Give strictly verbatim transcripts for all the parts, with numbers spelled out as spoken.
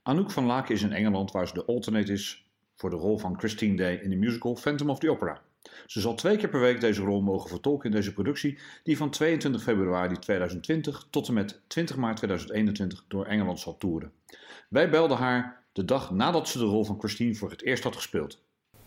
Anouk van Laken is in Engeland waar ze de alternate is voor de rol van Christine Day in de musical Phantom of the Opera. Ze zal twee keer per week deze rol mogen vertolken in deze productie die van tweeëntwintig februari tweeduizend twintig tot en met twintig maart tweeduizend eenentwintig door Engeland zal toeren. Wij belden haar de dag nadat ze de rol van Christine voor het eerst had gespeeld.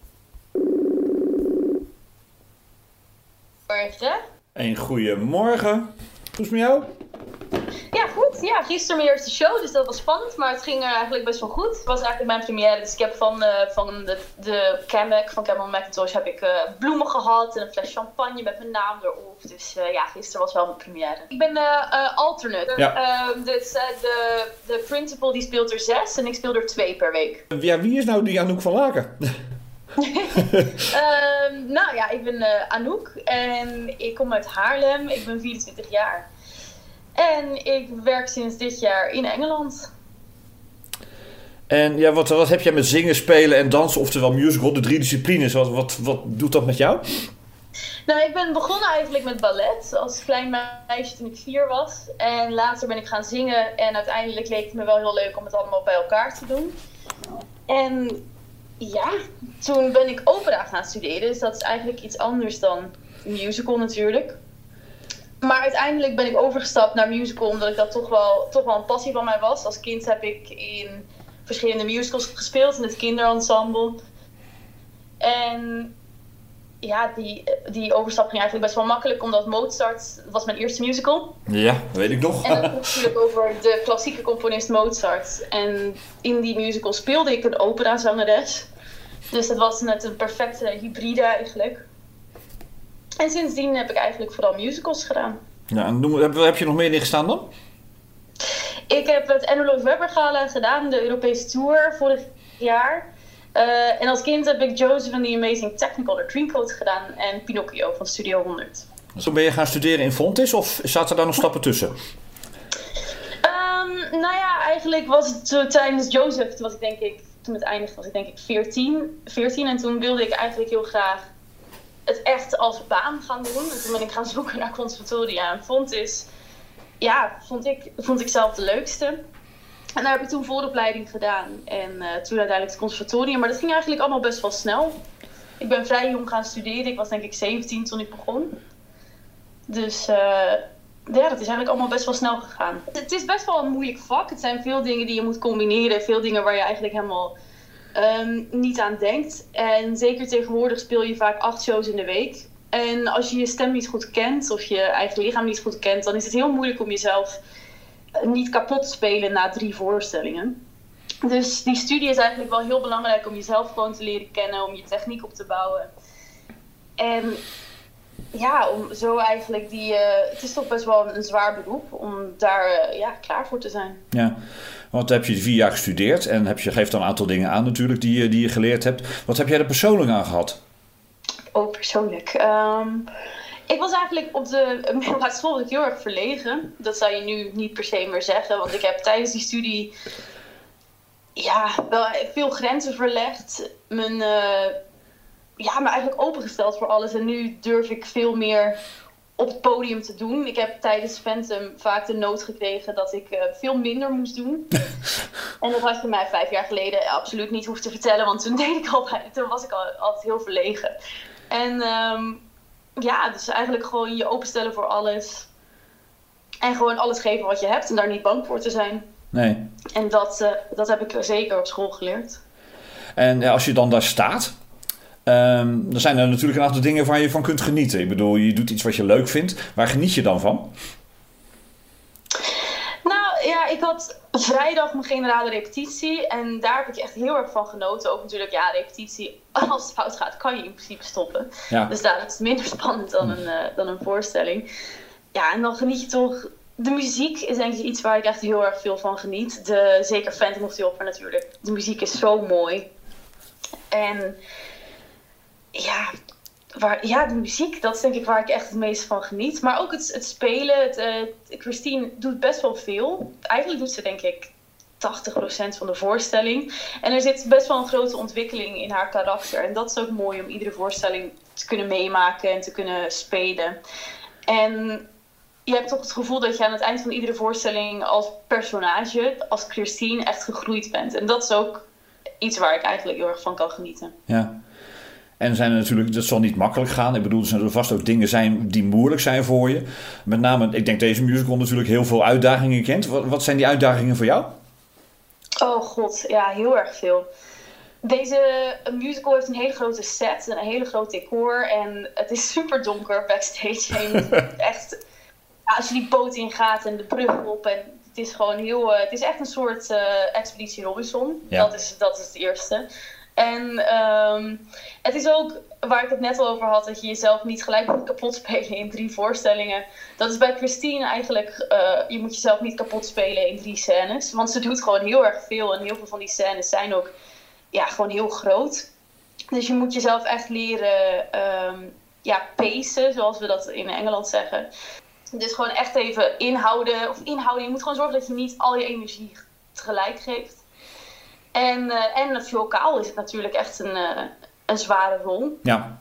Morgen. Een goeiemorgen. Hoe is het met jou? Ja, goed. Ja, gisteren mijn eerste show, dus dat was spannend. Maar het ging eigenlijk best wel goed. Het was eigenlijk mijn première. Dus ik heb van, uh, van de, de Cammac, van Campbell Macintosh, heb ik uh, bloemen gehad en een fles champagne met mijn naam erop. Dus uh, ja, gisteren was wel mijn première. Ik ben uh, uh, alternate. Ja. Uh, dus uh, de, de principal die speelt er zes en ik speel er twee per week. Ja, wie is nou die Anouk van Laken? uh, nou ja, ik ben uh, Anouk en ik kom uit Haarlem. Ik ben vierentwintig jaar. En ik werk sinds dit jaar in Engeland. En ja, wat, wat heb jij met zingen, spelen en dansen, oftewel musical, de drie disciplines, wat, wat, wat doet dat met jou? Nou, ik ben begonnen eigenlijk met ballet als klein meisje toen ik vier was. En later ben ik gaan zingen en uiteindelijk leek het me wel heel leuk om het allemaal bij elkaar te doen. En ja, toen ben ik opera gaan studeren, dus dat is eigenlijk iets anders dan musical natuurlijk. Maar uiteindelijk ben ik overgestapt naar musical omdat ik dat toch wel, toch wel een passie van mij was. Als kind heb ik in verschillende musicals gespeeld in het kinderensemble. En ja, die, die overstap ging eigenlijk best wel makkelijk omdat Mozart was mijn eerste musical. Ja, dat weet ik nog. En dat ging natuurlijk over de klassieke componist Mozart. En in die musical speelde ik een operazangeres. Dus dat was net een perfecte hybride eigenlijk. En sindsdien heb ik eigenlijk vooral musicals gedaan. Ja, en noem, heb, heb je nog meer in gestaan dan? Ik heb het Andrew Lloyd Webber Gala gedaan, de Europese Tour, vorig jaar. Uh, en als kind heb ik Joseph and the Amazing Technicolor Dreamcoat gedaan en Pinocchio van Studio honderd. Zo ben je gaan studeren in Fontys of zaten daar nog stappen tussen? Um, nou ja, eigenlijk was het zo tijdens Joseph, toen was ik denk ik, toen het eindigde was ik denk ik veertien, veertien en toen wilde ik eigenlijk heel graag het echt als baan gaan doen. En toen ben ik gaan zoeken naar conservatoria. En Fontys, ja, vond ik, vond ik zelf de leukste. En daar heb ik toen vooropleiding gedaan. En uh, toen uiteindelijk het conservatorium. Maar dat ging eigenlijk allemaal best wel snel. Ik ben vrij jong gaan studeren. Ik was denk ik zeventien toen ik begon. Dus uh, ja, dat is eigenlijk allemaal best wel snel gegaan. Het is best wel een moeilijk vak. Het zijn veel dingen die je moet combineren. Veel dingen waar je eigenlijk helemaal Um, niet aan denkt. En zeker tegenwoordig speel je vaak acht shows in de week. En als je je stem niet goed kent of je eigen lichaam niet goed kent, dan is het heel moeilijk om jezelf niet kapot te spelen na drie voorstellingen. Dus die studie is eigenlijk wel heel belangrijk om jezelf gewoon te leren kennen, om je techniek op te bouwen. En ja, om zo eigenlijk die... Uh, het is toch best wel een, een zwaar beroep om daar uh, ja, klaar voor te zijn. Ja, want heb je vier jaar gestudeerd en heb je, geeft dan een aantal dingen aan natuurlijk die, die je geleerd hebt. Wat heb jij er persoonlijk aan gehad? Oh, persoonlijk. Um, ik was eigenlijk op de middelbare school heel erg verlegen. Dat zou je nu niet per se meer zeggen, want ik heb tijdens die studie ja, wel veel grenzen verlegd. Mijn... Uh, ja, me eigenlijk opengesteld voor alles. En nu durf ik veel meer op het podium te doen. Ik heb tijdens Phantom vaak de nood gekregen dat ik uh, veel minder moest doen. En dat had je mij vijf jaar geleden absoluut niet hoeven te vertellen. Want toen, deed ik al, toen was ik al, altijd heel verlegen. En um, ja, dus eigenlijk gewoon je openstellen voor alles. En gewoon alles geven wat je hebt. En daar niet bang voor te zijn. Nee. En dat, uh, dat heb ik zeker op school geleerd. En ja, als je dan daar staat... Um, dan zijn er natuurlijk een aantal dingen waar je van kunt genieten. Ik bedoel, je doet iets wat je leuk vindt. Waar geniet je dan van? Nou ja, ik had vrijdag mijn generale repetitie. En daar heb ik echt heel erg van genoten. Ook natuurlijk, ja, repetitie, als het fout gaat, kan je in principe stoppen. Ja. Dus daar is het minder spannend dan een, uh, dan een voorstelling. Ja, en dan geniet je toch... De muziek is denk ik iets waar ik echt heel erg veel van geniet. De, zeker Phantom of the Opera natuurlijk. De muziek is zo mooi. En... Ja, waar, ja, de muziek, dat is denk ik waar ik echt het meest van geniet. Maar ook het, het spelen. Het, uh, Christine doet best wel veel. Eigenlijk doet ze denk ik tachtig procent van de voorstelling. En er zit best wel een grote ontwikkeling in haar karakter. En dat is ook mooi om iedere voorstelling te kunnen meemaken en te kunnen spelen. En je hebt toch het gevoel dat je aan het eind van iedere voorstelling als personage, als Christine, echt gegroeid bent. En dat is ook iets waar ik eigenlijk heel erg van kan genieten. Ja. En zijn er natuurlijk, dat zal niet makkelijk gaan. Ik bedoel, er zullen vast ook dingen zijn die moeilijk zijn voor je. Met name, ik denk deze musical natuurlijk heel veel uitdagingen kent. Wat, wat zijn die uitdagingen voor jou? Oh god, ja, heel erg veel. Deze musical heeft een hele grote set, een hele groot decor en het is super donker backstage. En je moet echt, ja, als je die boot ingaat en de brug op en het is gewoon heel, uh, het is echt een soort uh, Expeditie Robinson. Ja. Dat is, dat is het eerste. En um, het is ook, waar ik het net al over had, dat je jezelf niet gelijk moet kapot spelen in drie voorstellingen. Dat is bij Christine eigenlijk, uh, je moet jezelf niet kapot spelen in drie scènes. Want ze doet gewoon heel erg veel en heel veel van die scènes zijn ook ja, gewoon heel groot. Dus je moet jezelf echt leren um, ja, pacen, zoals we dat in Engeland zeggen. Dus gewoon echt even inhouden, of inhouden. Je moet gewoon zorgen dat je niet al je energie tegelijk geeft. En, uh, en het vocaal is het natuurlijk echt een, uh, een zware rol. Ja.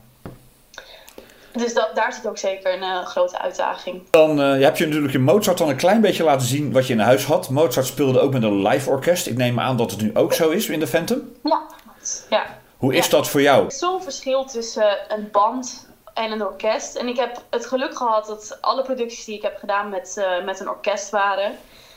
Dus dat, daar zit ook zeker een uh, grote uitdaging. Dan uh, je hebt je natuurlijk in Mozart dan een klein beetje laten zien wat je in huis had. Mozart speelde ook met een live orkest. Ik neem aan dat het nu ook zo is in de Phantom. Ja. ja. Hoe is ja. dat voor jou? Zo'n verschil tussen een band en een orkest. En ik heb het geluk gehad dat alle producties die ik heb gedaan met, uh, met een orkest waren.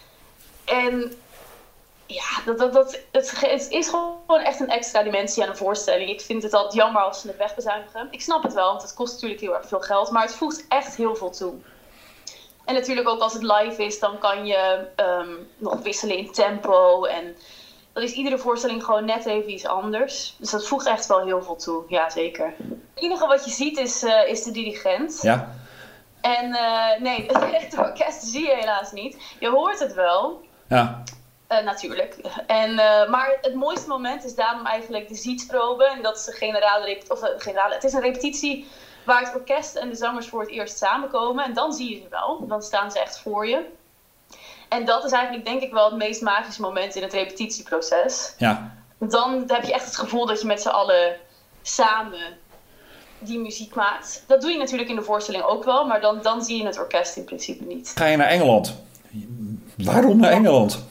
En ja, dat, dat, dat, het, het is gewoon echt een extra dimensie aan een voorstelling. Ik vind het altijd jammer als ze het wegbezuinigen. Ik snap het wel, want het kost natuurlijk heel erg veel geld. Maar het voegt echt heel veel toe. En natuurlijk ook als het live is, dan kan je um, nog wisselen in tempo. En dat is iedere voorstelling gewoon net even iets anders. Dus dat voegt echt wel heel veel toe, ja zeker. Het enige wat je ziet is, uh, is de dirigent. Ja. En uh, nee, het orkest zie je helaas niet. Je hoort het wel. Ja. Uh, natuurlijk. En, uh, maar het mooiste moment is daarom eigenlijk de zietsprobe. En dat is de generale repetitie. Of uh, generale, het is een repetitie waar het orkest en de zangers voor het eerst samenkomen. En dan zie je ze wel. Dan staan ze echt voor je. En dat is eigenlijk denk ik wel het meest magische moment in het repetitieproces. Ja. Dan heb je echt het gevoel dat je met z'n allen samen die muziek maakt. Dat doe je natuurlijk in de voorstelling ook wel. Maar dan, dan zie je het orkest in principe niet. Ga je naar Engeland? Waarom naar Engeland?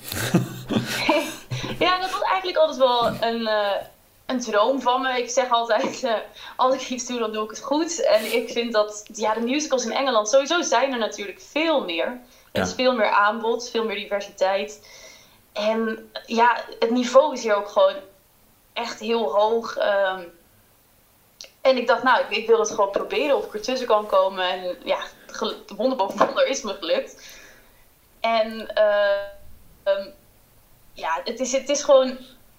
Ja, dat was eigenlijk altijd wel een, uh, een droom van me. Ik zeg altijd, uh, als ik iets doe, dan doe ik het goed. En ik vind dat, ja, de musicals in Engeland, sowieso zijn er natuurlijk veel meer. Er is ja. veel meer aanbod, veel meer diversiteit. En ja, het niveau is hier ook gewoon echt heel hoog. Um, en ik dacht, nou, ik, ik wil het gewoon proberen of ik ertussen kan komen. En ja, wonder boven wonder is me gelukt. En uh, um, ja, het is, het is gewoon...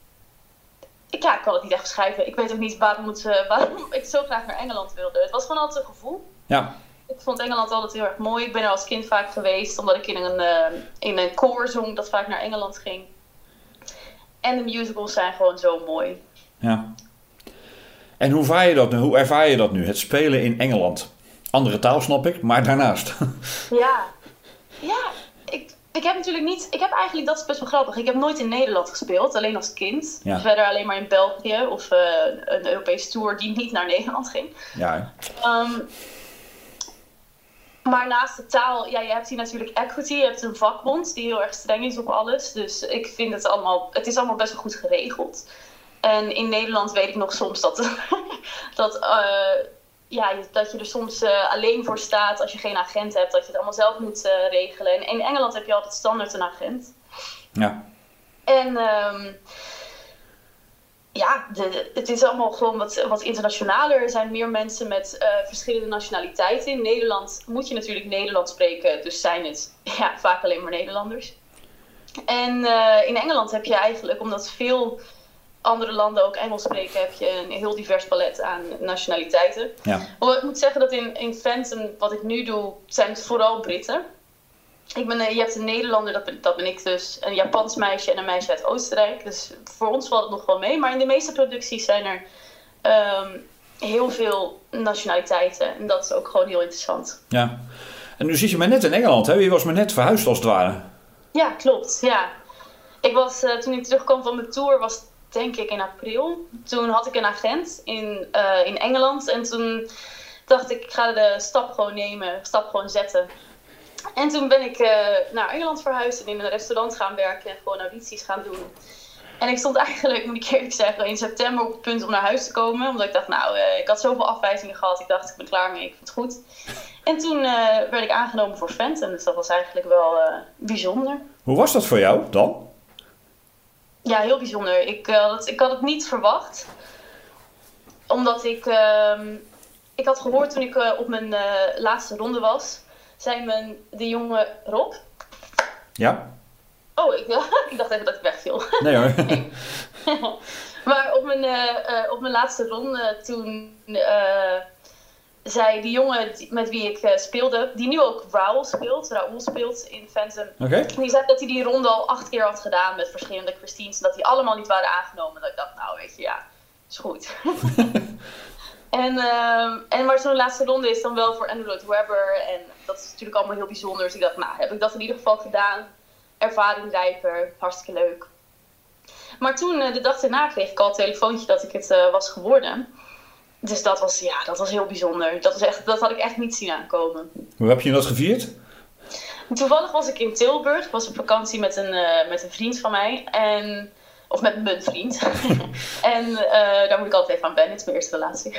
Ik, ja, ik kan het niet echt beschrijven. Ik weet ook niet waarom, het, uh, waarom ik zo graag naar Engeland wilde. Het was gewoon altijd een gevoel. Ja. Ik vond Engeland altijd heel erg mooi. Ik ben er als kind vaak geweest, omdat ik in een, uh, in een koor zong dat vaak naar Engeland ging. En de musicals zijn gewoon zo mooi. Ja. En hoe ervaar je dat nu? Hoe ervaar je dat nu? Het spelen in Engeland. Andere taal snap ik, maar daarnaast. Ja. Ja. Ik, ik heb natuurlijk niet... Ik heb eigenlijk... Dat is best wel grappig. Ik heb nooit in Nederland gespeeld. Alleen als kind. Ja. Verder alleen maar in België. Of uh, een Europese tour die niet naar Nederland ging. Ja. Um, maar naast de taal... Ja, je hebt hier natuurlijk equity. Je hebt een vakbond die heel erg streng is op alles. Dus ik vind het allemaal... Het is allemaal best wel goed geregeld. En in Nederland weet ik nog soms dat... dat uh, Ja, dat je er soms uh, alleen voor staat als je geen agent hebt. Dat je het allemaal zelf moet uh, regelen. En in Engeland heb je altijd standaard een agent. Ja. En um, ja, de, het is allemaal gewoon wat, wat internationaler. Er zijn meer mensen met uh, verschillende nationaliteiten. In Nederland moet je natuurlijk Nederlands spreken. Dus zijn het ja, vaak alleen maar Nederlanders. En uh, in Engeland heb je eigenlijk, omdat veel... andere landen ook Engels spreken, heb je een heel divers palet aan nationaliteiten. Ja. Maar ik moet zeggen dat in, in Phantom, wat ik nu doe, zijn het vooral Britten. Ik ben, je hebt een Nederlander, dat ben, dat ben ik dus, een Japans meisje en een meisje uit Oostenrijk. Dus voor ons valt het nog wel mee. Maar in de meeste producties zijn er um, heel veel nationaliteiten. En dat is ook gewoon heel interessant. Ja. En nu zit je maar net in Engeland, hè? Je was maar net verhuisd als het ware. Ja, klopt. Ja. Ik was, uh, toen ik terugkwam van mijn tour, was denk ik in april. Toen had ik een agent in, uh, in Engeland. En toen dacht ik, ik ga de stap gewoon nemen. De stap gewoon zetten. En toen ben ik uh, naar Engeland verhuisd en in een restaurant gaan werken en gewoon audities gaan doen. En ik stond eigenlijk, moet ik eerlijk zeggen, in september op het punt om naar huis te komen. Omdat ik dacht, nou, uh, ik had zoveel afwijzingen gehad. Ik dacht, ik ben klaar mee, ik vind het goed. En toen uh, werd ik aangenomen voor Phantom. Dus dat was eigenlijk wel uh, bijzonder. Hoe was dat voor jou dan? Ja, heel bijzonder. Ik, uh, dat, ik had het niet verwacht. Omdat ik... Uh, ik had gehoord toen ik uh, op mijn uh, laatste ronde was. Zei mijn, de jonge Rob... Ja? Oh, ik, ik dacht even dat ik wegviel. Nee hoor. Nee. Maar op mijn, uh, uh, op mijn laatste ronde toen uh, zei die jongen die, met wie ik uh, speelde, die nu ook Raoul speelt, Raoul speelt in Phantom. Okay. Die zei dat hij die ronde al acht keer had gedaan met verschillende Christines en dat die allemaal niet waren aangenomen. Dat ik dacht, nou weet je, ja, is goed. en, uh, en maar zo'n laatste ronde is dan wel voor Andrew Lloyd Webber en dat is natuurlijk allemaal heel bijzonder. Dus ik dacht, nou heb ik dat in ieder geval gedaan. Ervaringrijker, hartstikke leuk. Maar toen, de dag daarna, kreeg ik al een telefoontje dat ik het uh, was geworden. Dus dat was, ja, dat was heel bijzonder. Dat, was echt, dat had ik echt niet zien aankomen. Hoe heb je dat gevierd? Toevallig was ik in Tilburg. Ik was op vakantie met een, uh, met een vriend van mij. En, of met mijn vriend. en uh, daar moet ik altijd even aan wennen. Het is mijn eerste relatie.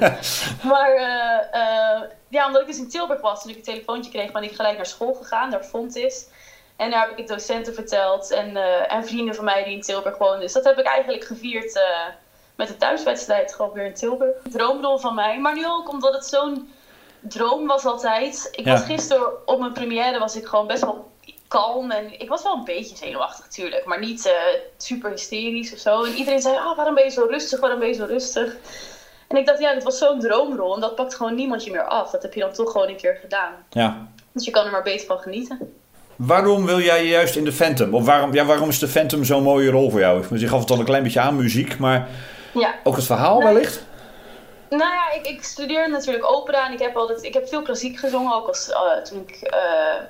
maar uh, uh, ja, omdat ik dus in Tilburg was, toen ik een telefoontje kreeg, ben ik gelijk naar school gegaan. Naar Fontis. En daar heb ik het docenten verteld en, uh, en vrienden van mij die in Tilburg woonden. Dus dat heb ik eigenlijk gevierd uh, met de thuiswedstrijd, gewoon weer in Tilburg. Droomrol van mij, maar nu ook omdat het zo'n droom was altijd. Ik ja. was gisteren op mijn première, was ik gewoon best wel kalm en ik was wel een beetje zenuwachtig natuurlijk. Maar niet uh, super hysterisch of zo. En iedereen zei, oh, waarom ben je zo rustig, waarom ben je zo rustig? En ik dacht, ja, dit was zo'n droomrol en dat pakt gewoon niemand je meer af. Dat heb je dan toch gewoon een keer gedaan. Ja. Dus je kan er maar beter van genieten. Waarom wil jij juist in de Phantom? Of waarom, ja, waarom is de Phantom zo'n mooie rol voor jou? Je gaf het al een klein beetje aan, muziek, maar ja. ook het verhaal nee. wellicht? Nou ja, ik, ik studeerde natuurlijk opera en ik heb, altijd, ik heb veel klassiek gezongen, ook als, uh, toen ik uh,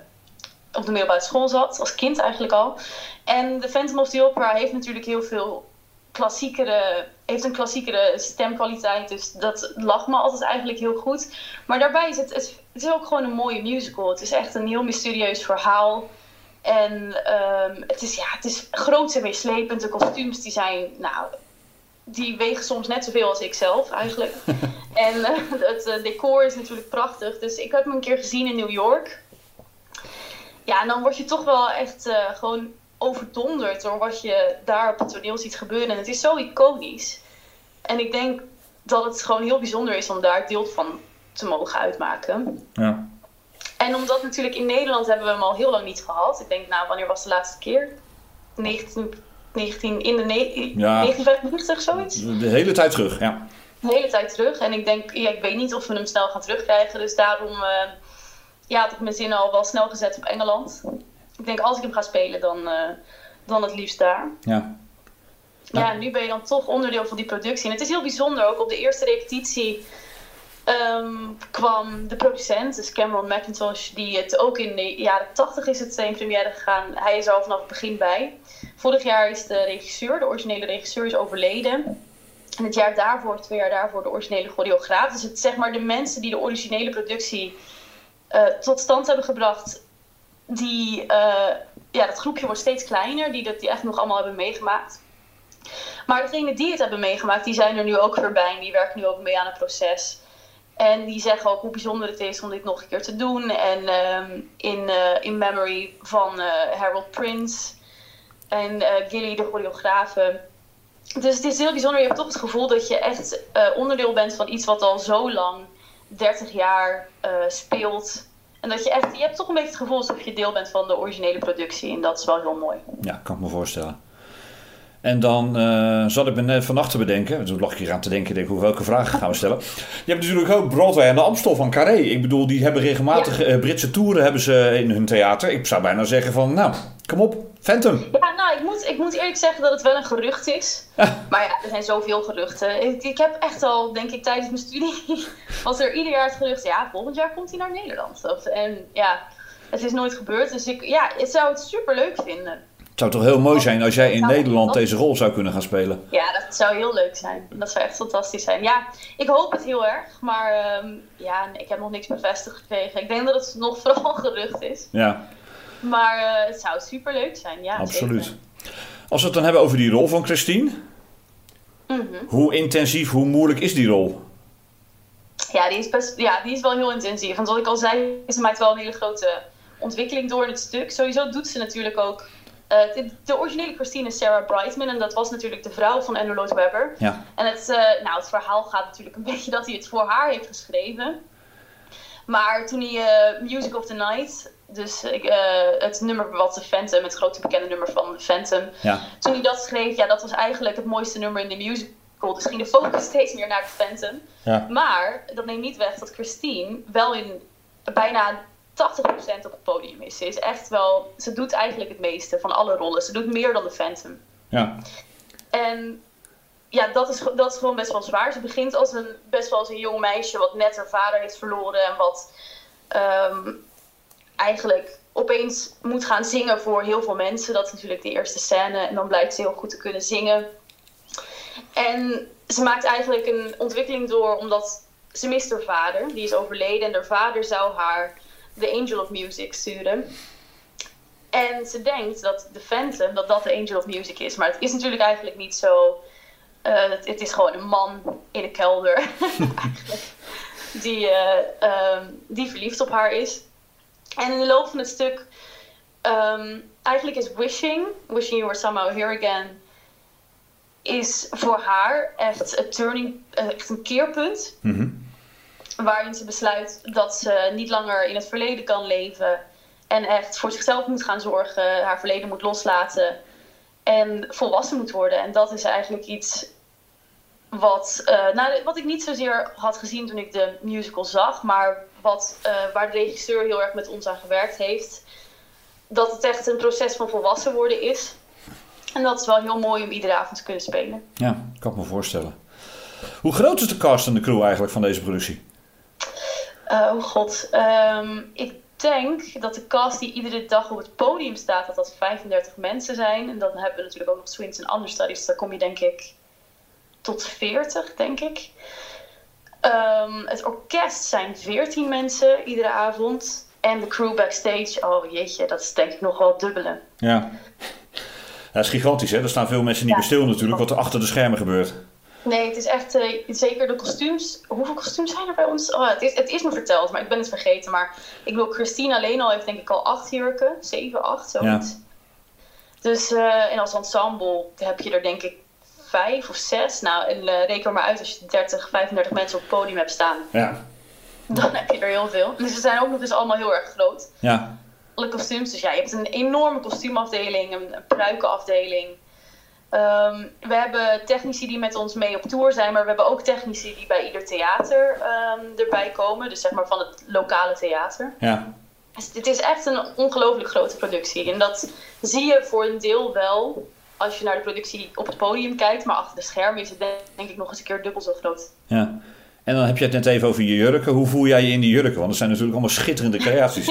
op de middelbare school zat, als kind eigenlijk al. En de Phantom of the Opera heeft natuurlijk heel veel klassiekere, heeft een klassiekere stemkwaliteit, dus dat lag me altijd eigenlijk heel goed. Maar daarbij is het, het, het is ook gewoon een mooie musical. Het is echt een heel mysterieus verhaal. En um, het is, ja, het is groot en meeslepend. De kostuums die zijn, nou, die wegen soms net zoveel als ik zelf eigenlijk. en uh, het uh, decor is natuurlijk prachtig. Dus ik heb hem een keer gezien in New York. Ja, en dan word je toch wel echt uh, gewoon overdonderd door wat je daar op het toneel ziet gebeuren. En het is zo iconisch. En ik denk dat het gewoon heel bijzonder is om daar deel van te mogen uitmaken. Ja. En omdat natuurlijk in Nederland hebben we hem al heel lang niet gehad. Ik denk, nou, wanneer was de laatste keer? negentien, negentien, in de ne- ja. negentien vijfennegentig, zoiets? De hele tijd terug, ja. De hele tijd terug. En ik denk, ja, ik weet niet of we hem snel gaan terugkrijgen. Dus daarom uh, ja, had ik mijn zinnen al wel snel gezet op Engeland. Ik denk, als ik hem ga spelen, dan, uh, dan het liefst daar. Ja. Ja, ja, nu ben je dan toch onderdeel van die productie. En het is heel bijzonder, ook op de eerste repetitie um, kwam de producent, dus Cameron Mackintosh, die het ook in de jaren tachtig is het in première gegaan. Hij is er al vanaf het begin bij. Vorig jaar is de regisseur, de originele regisseur, is overleden. En het jaar daarvoor, twee jaar daarvoor, de originele choreograaf. Dus het, zeg maar, de mensen die de originele productie uh, tot stand hebben gebracht, die, uh, ja, dat groepje wordt steeds kleiner, die dat die echt nog allemaal hebben meegemaakt. Maar degenen die het hebben meegemaakt, die zijn er nu ook weer bij en die werken nu ook mee aan het proces. En die zeggen ook hoe bijzonder het is om dit nog een keer te doen. En um, in, uh, in memory van uh, Harold Prince en uh, Gilly, de choreografe. Dus het is heel bijzonder. Je hebt toch het gevoel dat je echt uh, onderdeel bent van iets wat al zo lang, dertig jaar, uh, speelt. En dat je echt, je hebt toch een beetje het gevoel alsof je deel bent van de originele productie. En dat is wel heel mooi. Ja, kan ik me voorstellen. En dan uh, zat ik me net vannacht te bedenken. Toen lag ik hier aan te denken, denk ik, welke vragen gaan we stellen. Je hebt natuurlijk ook Broadway en de Amstel van Carré. Ik bedoel, die hebben regelmatig ja. uh, Britse toeren hebben ze in hun theater. Ik zou bijna zeggen van, nou, kom op, Phantom. Ja, nou, ik moet, ik moet eerlijk zeggen dat het wel een gerucht is. Ja. Maar ja, er zijn zoveel geruchten. Ik, ik heb echt al, denk ik, tijdens mijn studie, was er ieder jaar het gerucht, ja, volgend jaar komt hij naar Nederland. Of, en ja, het is nooit gebeurd. Dus ik, ja, ik zou het super leuk vinden. Het zou toch heel mooi zijn als jij in Nederland deze rol zou kunnen gaan spelen? Ja, dat, het zou heel leuk zijn. Dat zou echt fantastisch zijn. Ja, ik hoop het heel erg. Maar um, ja, ik heb nog niks bevestigd gekregen. Ik denk dat het nog vooral gerucht is. Ja. Maar uh, het zou super leuk zijn, ja. Absoluut. Zeker. Als we het dan hebben over die rol van Christine. Mm-hmm. Hoe intensief, hoe moeilijk is die rol? Ja, die is, best, ja, die is wel heel intensief. Want wat ik al zei, ze maakt wel een hele grote ontwikkeling door in het stuk. Sowieso doet ze natuurlijk ook... Uh, de, de originele Christine is Sarah Brightman. En dat was natuurlijk de vrouw van Andrew Lloyd Webber. Ja. En het, uh, nou, het verhaal gaat natuurlijk een beetje dat hij het voor haar heeft geschreven. Maar toen hij uh, Music of the Night... Dus uh, het nummer wat de Phantom, het grote bekende nummer van de Phantom. Ja. Toen hij dat schreef, ja, dat was eigenlijk het mooiste nummer in de musical. Dus ging de focus steeds meer naar de Phantom. Ja. Maar dat neemt niet weg dat Christine wel in bijna tachtig procent op het podium is. Ze is echt wel, ze doet eigenlijk het meeste van alle rollen. Ze doet meer dan de Phantom. Ja. En ja, dat is, dat is gewoon best wel zwaar. Ze begint als een, best wel als een jong meisje wat net haar vader heeft verloren. En wat um, eigenlijk opeens moet gaan zingen voor heel veel mensen. Dat is natuurlijk de eerste scène. En dan blijkt ze heel goed te kunnen zingen. En ze maakt eigenlijk een ontwikkeling door omdat ze mist haar vader. Die is overleden en haar vader zou haar The Angel of Music sturen. En ze denkt dat de Phantom, dat dat de Angel of Music is. Maar het is natuurlijk eigenlijk niet zo. Uh, het, het is gewoon een man in een kelder. eigenlijk. Die, uh, um, die verliefd op haar is. En in de loop van het stuk... Um, eigenlijk is Wishing, Wishing You Were Somehow Here Again... is voor haar echt een turning, echt een keerpunt. Mm-hmm. Waarin ze besluit dat ze niet langer in het verleden kan leven. En echt voor zichzelf moet gaan zorgen. Haar verleden moet loslaten. En volwassen moet worden. En dat is eigenlijk iets wat, uh, nou, wat ik niet zozeer had gezien toen ik de musical zag. Maar wat, uh, waar de regisseur heel erg met ons aan gewerkt heeft. Dat het echt een proces van volwassen worden is. En dat is wel heel mooi om iedere avond te kunnen spelen. Ja, kan ik me voorstellen. Hoe groot is de cast en de crew eigenlijk van deze productie? Uh, oh god. Um, ik denk dat de cast die iedere dag op het podium staat, dat dat vijfendertig mensen zijn. En dan hebben we natuurlijk ook nog Swings en Understudies. Daar kom je denk ik tot veertig, denk ik. Um, het orkest zijn veertien mensen iedere avond. En de crew backstage, oh jeetje, dat is denk ik nog wel dubbele. Ja. Ja, dat is gigantisch, hè? Er staan veel mensen niet meer stil natuurlijk, wat er achter de schermen gebeurt. Nee, het is echt, uh, zeker de kostuums. Hoeveel kostuums zijn er bij ons? Oh, het, is, het is me verteld, maar ik ben het vergeten. Maar ik bedoel, Christine alleen al heeft denk ik al acht jurken. Zeven, acht, zoiets. Ja. Dus, uh, en als ensemble heb je er denk ik vijf of zes. Nou, en uh, reken er maar uit als je dertig, vijfendertig mensen op het podium hebt staan. Ja. Dan heb je er heel veel. Dus ze zijn ook nog eens allemaal heel erg groot. Ja. Alle kostuums. Dus ja, je hebt een enorme kostuumafdeling, een, een pruikenafdeling. Um, we hebben technici die met ons mee op tour zijn, maar we hebben ook technici die bij ieder theater um, erbij komen. Dus zeg maar van het lokale theater. Ja. Dus het is echt een ongelooflijk grote productie. En dat zie je voor een deel wel als je naar de productie op het podium kijkt. Maar achter de schermen is het denk ik nog eens een keer dubbel zo groot. Ja. En dan heb je het net even over je jurken. Hoe voel jij je in die jurken? Want het zijn natuurlijk allemaal schitterende creaties.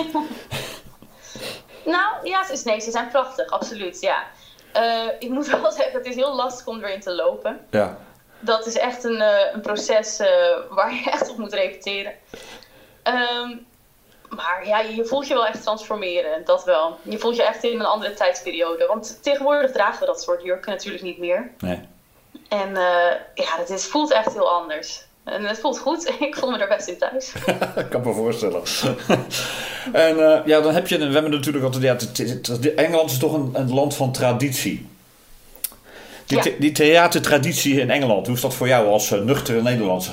Nou, ja, nee, ze zijn prachtig, absoluut, ja. Uh, ik moet wel zeggen, het is heel lastig om erin te lopen. Ja. Dat is echt een, uh, een proces uh, waar je echt op moet repeteren. Um, maar ja, je voelt je wel echt transformeren, dat wel. Je voelt je echt in een andere tijdsperiode. Want tegenwoordig dragen we dat soort jurken natuurlijk niet meer. Nee. En uh, ja, het is, voelt echt heel anders. En het voelt goed. Ik voel me er best in thuis. Ik kan me voorstellen. En uh, ja, dan heb je... We hebben natuurlijk altijd... Ja, t- t- Engeland is toch een, een land van traditie. Die, ja. te, die theatertraditie in Engeland, hoe is dat voor jou als uh, nuchtere Nederlandse?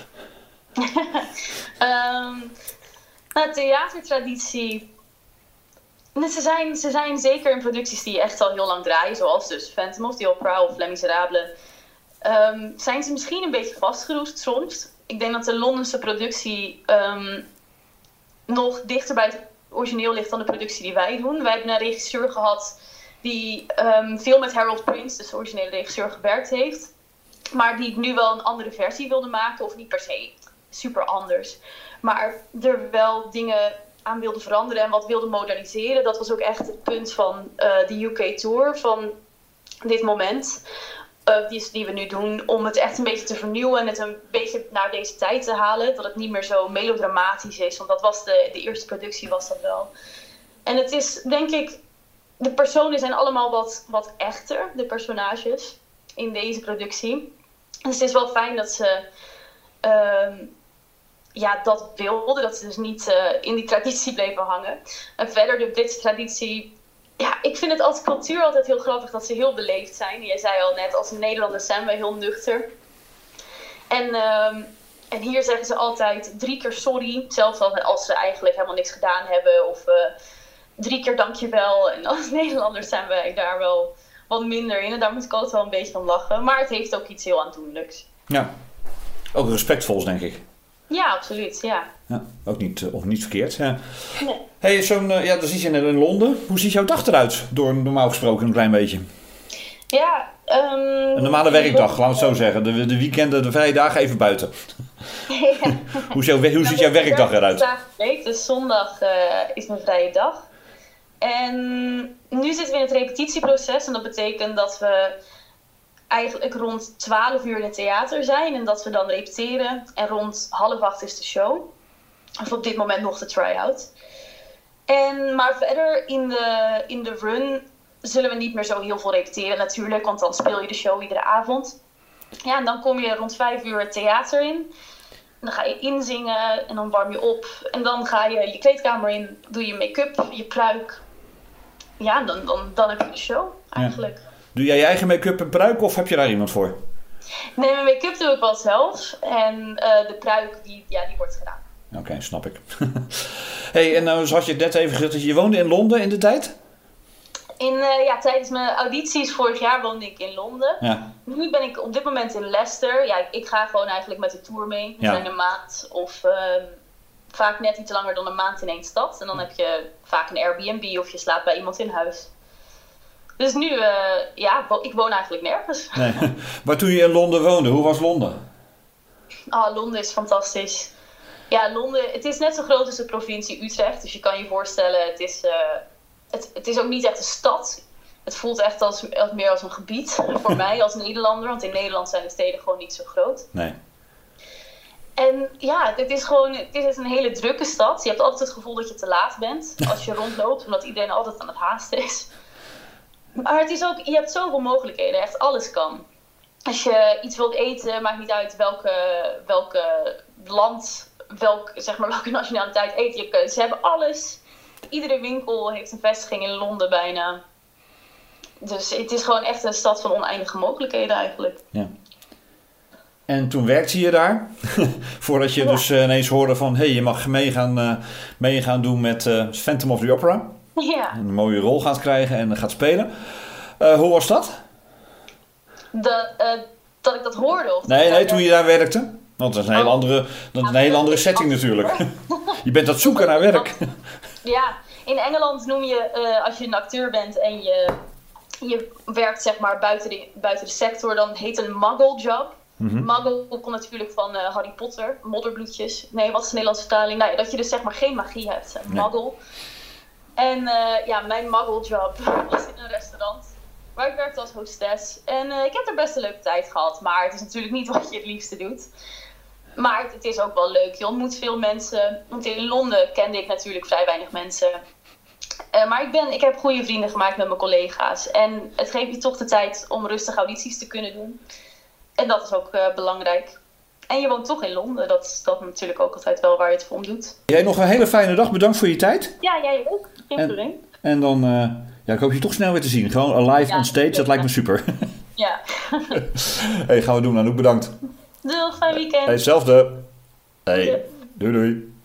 um, nou, theatertraditie... Ze zijn, ze zijn zeker in producties die echt al heel lang draaien. Zoals dus Phantom of the Opera of Les Miserables. Um, zijn ze misschien een beetje vastgeroest soms. Ik denk dat de Londense productie um, nog dichter bij het origineel ligt dan de productie die wij doen. Wij hebben een regisseur gehad die um, veel met Harold Prince, dus de originele regisseur, gewerkt heeft. Maar die nu wel een andere versie wilde maken, of niet per se super anders. Maar er wel dingen aan wilde veranderen en wat wilde moderniseren. Dat was ook echt het punt van uh, de U K Tour van dit moment. uh, die, die we nu doen, om het echt een beetje te vernieuwen en het een beetje naar deze tijd te halen. Dat het niet meer zo melodramatisch is, want dat was de, de eerste productie was dat wel. En het is, denk ik, de personen zijn allemaal wat, wat echter, de personages, in deze productie. Dus het is wel fijn dat ze uh, ja, dat wilden, dat ze dus niet uh, in die traditie bleven hangen. En verder de Britse traditie. Ja, ik vind het als cultuur altijd heel grappig dat ze heel beleefd zijn. Jij zei al net, als Nederlanders zijn we heel nuchter. En, um, en hier zeggen ze altijd drie keer sorry. Zelfs als ze eigenlijk helemaal niks gedaan hebben. Of uh, drie keer dankjewel. En als Nederlanders zijn wij daar wel wat minder in. En daar moet ik altijd wel een beetje van lachen. Maar het heeft ook iets heel aandoenlijks. Ja, ook respectvols denk ik. Ja, absoluut, ja. Ja, ook niet, of niet verkeerd. Ja. Nee. Hey, zo'n, uh, ja, dan zit je net in Londen. Hoe ziet jouw dag eruit? Door normaal gesproken een klein beetje. Ja, um, een normale werkdag, laten we het zo zeggen. De, de weekenden, de vrije dagen even buiten. Ja. hoe jou, hoe ziet jouw werkdag eruit? Week, dus zondag uh, is mijn vrije dag. En nu zitten we in het repetitieproces. En dat betekent dat we eigenlijk rond twaalf uur in het theater zijn. En dat we dan repeteren. En rond half acht is de show. Of op dit moment nog de try-out. En, maar verder in de, in de run zullen we niet meer zo heel veel repeteren natuurlijk. Want dan speel je de show iedere avond. Ja, en dan kom je rond vijf uur het theater in. En dan ga je inzingen en dan warm je op. En dan ga je je kleedkamer in, doe je make-up, je pruik. Ja, dan, dan, dan heb je de show eigenlijk. Ja. Doe jij je eigen make-up en pruik of heb je daar iemand voor? Nee, mijn make-up doe ik wel zelf. En uh, de pruik, die, ja, die wordt gedaan. Oké, okay, snap ik. Hey, en nou had je het net even gezegd dat je woonde in Londen in de tijd? In, uh, ja, tijdens mijn audities vorig jaar woonde ik in Londen. Ja. Nu ben ik op dit moment in Leicester. Ja, ik, ik ga gewoon eigenlijk met de tour mee. We ja. zijn een maand of uh, vaak net iets langer dan een maand in één stad. En dan heb je vaak een Airbnb of je slaapt bij iemand in huis. Dus nu, uh, ja, ik woon eigenlijk nergens. Nee. Maar toen je in Londen woonde, hoe was Londen? Oh, Londen is fantastisch. Ja, Londen, het is net zo groot als de provincie Utrecht. Dus je kan je voorstellen, het is, uh, het, het is ook niet echt een stad. Het voelt echt als, als meer als een gebied voor mij als Nederlander. Want in Nederland zijn de steden gewoon niet zo groot. Nee. En ja, het is gewoon, het is een hele drukke stad. Je hebt altijd het gevoel dat je te laat bent als je rondloopt. Omdat iedereen altijd aan het haasten is. Maar het is ook, je hebt zoveel mogelijkheden. Echt alles kan. Als je iets wilt eten, maakt niet uit welke, welke land, welk, zeg maar, welke nationaliteit eet je. Ze hebben alles. Iedere winkel heeft een vestiging in Londen bijna. Dus het is gewoon echt een stad van oneindige mogelijkheden eigenlijk. Ja. En toen werkte je daar. Voordat je ja. dus uh, ineens hoorde van, hé, hey, je mag mee gaan, uh, mee gaan doen met uh, Phantom of the Opera. Ja. Een mooie rol gaat krijgen en gaat spelen. Uh, hoe was dat? De, uh, dat ik dat hoorde? Of nee, dat nee, toen je daar werkte. Want dat is een hele oh. andere, dat is een hele andere setting natuurlijk. Je bent aan het zoeken naar werk. Ja, in Engeland noem je, uh, als je een acteur bent en je, je werkt zeg maar buiten de, buiten de sector, dan heet het een muggle job. Mm-hmm. Muggle komt natuurlijk van uh, Harry Potter, modderbloedjes. Nee, wat is de Nederlandse vertaling? Nou, ja, dat je dus zeg maar geen magie hebt, een nee. muggle. En uh, ja, mijn muggle job was in een restaurant waar ik werkte als hostess. En uh, ik heb er best een leuke tijd gehad, maar het is natuurlijk niet wat je het liefste doet. Maar het, het is ook wel leuk. Je ontmoet veel mensen. Want in Londen kende ik natuurlijk vrij weinig mensen. Uh, maar ik, ben, ik heb goede vrienden gemaakt met mijn collega's. En het geeft je toch de tijd om rustig audities te kunnen doen. En dat is ook uh, belangrijk. En je woont toch in Londen. Dat is dat natuurlijk ook altijd wel waar je het voor om doet. Jij nog een hele fijne dag. Bedankt voor je tijd. Ja, jij ook. Geen en, probleem. En dan, uh, ja, ik hoop je toch snel weer te zien. Gewoon live ja, on stage. Dat lijkt me super. Ja. Hey, gaan we doen. Anouk, bedankt. Doei, fijn weekend. Hey, hetzelfde. Hey, doei doei.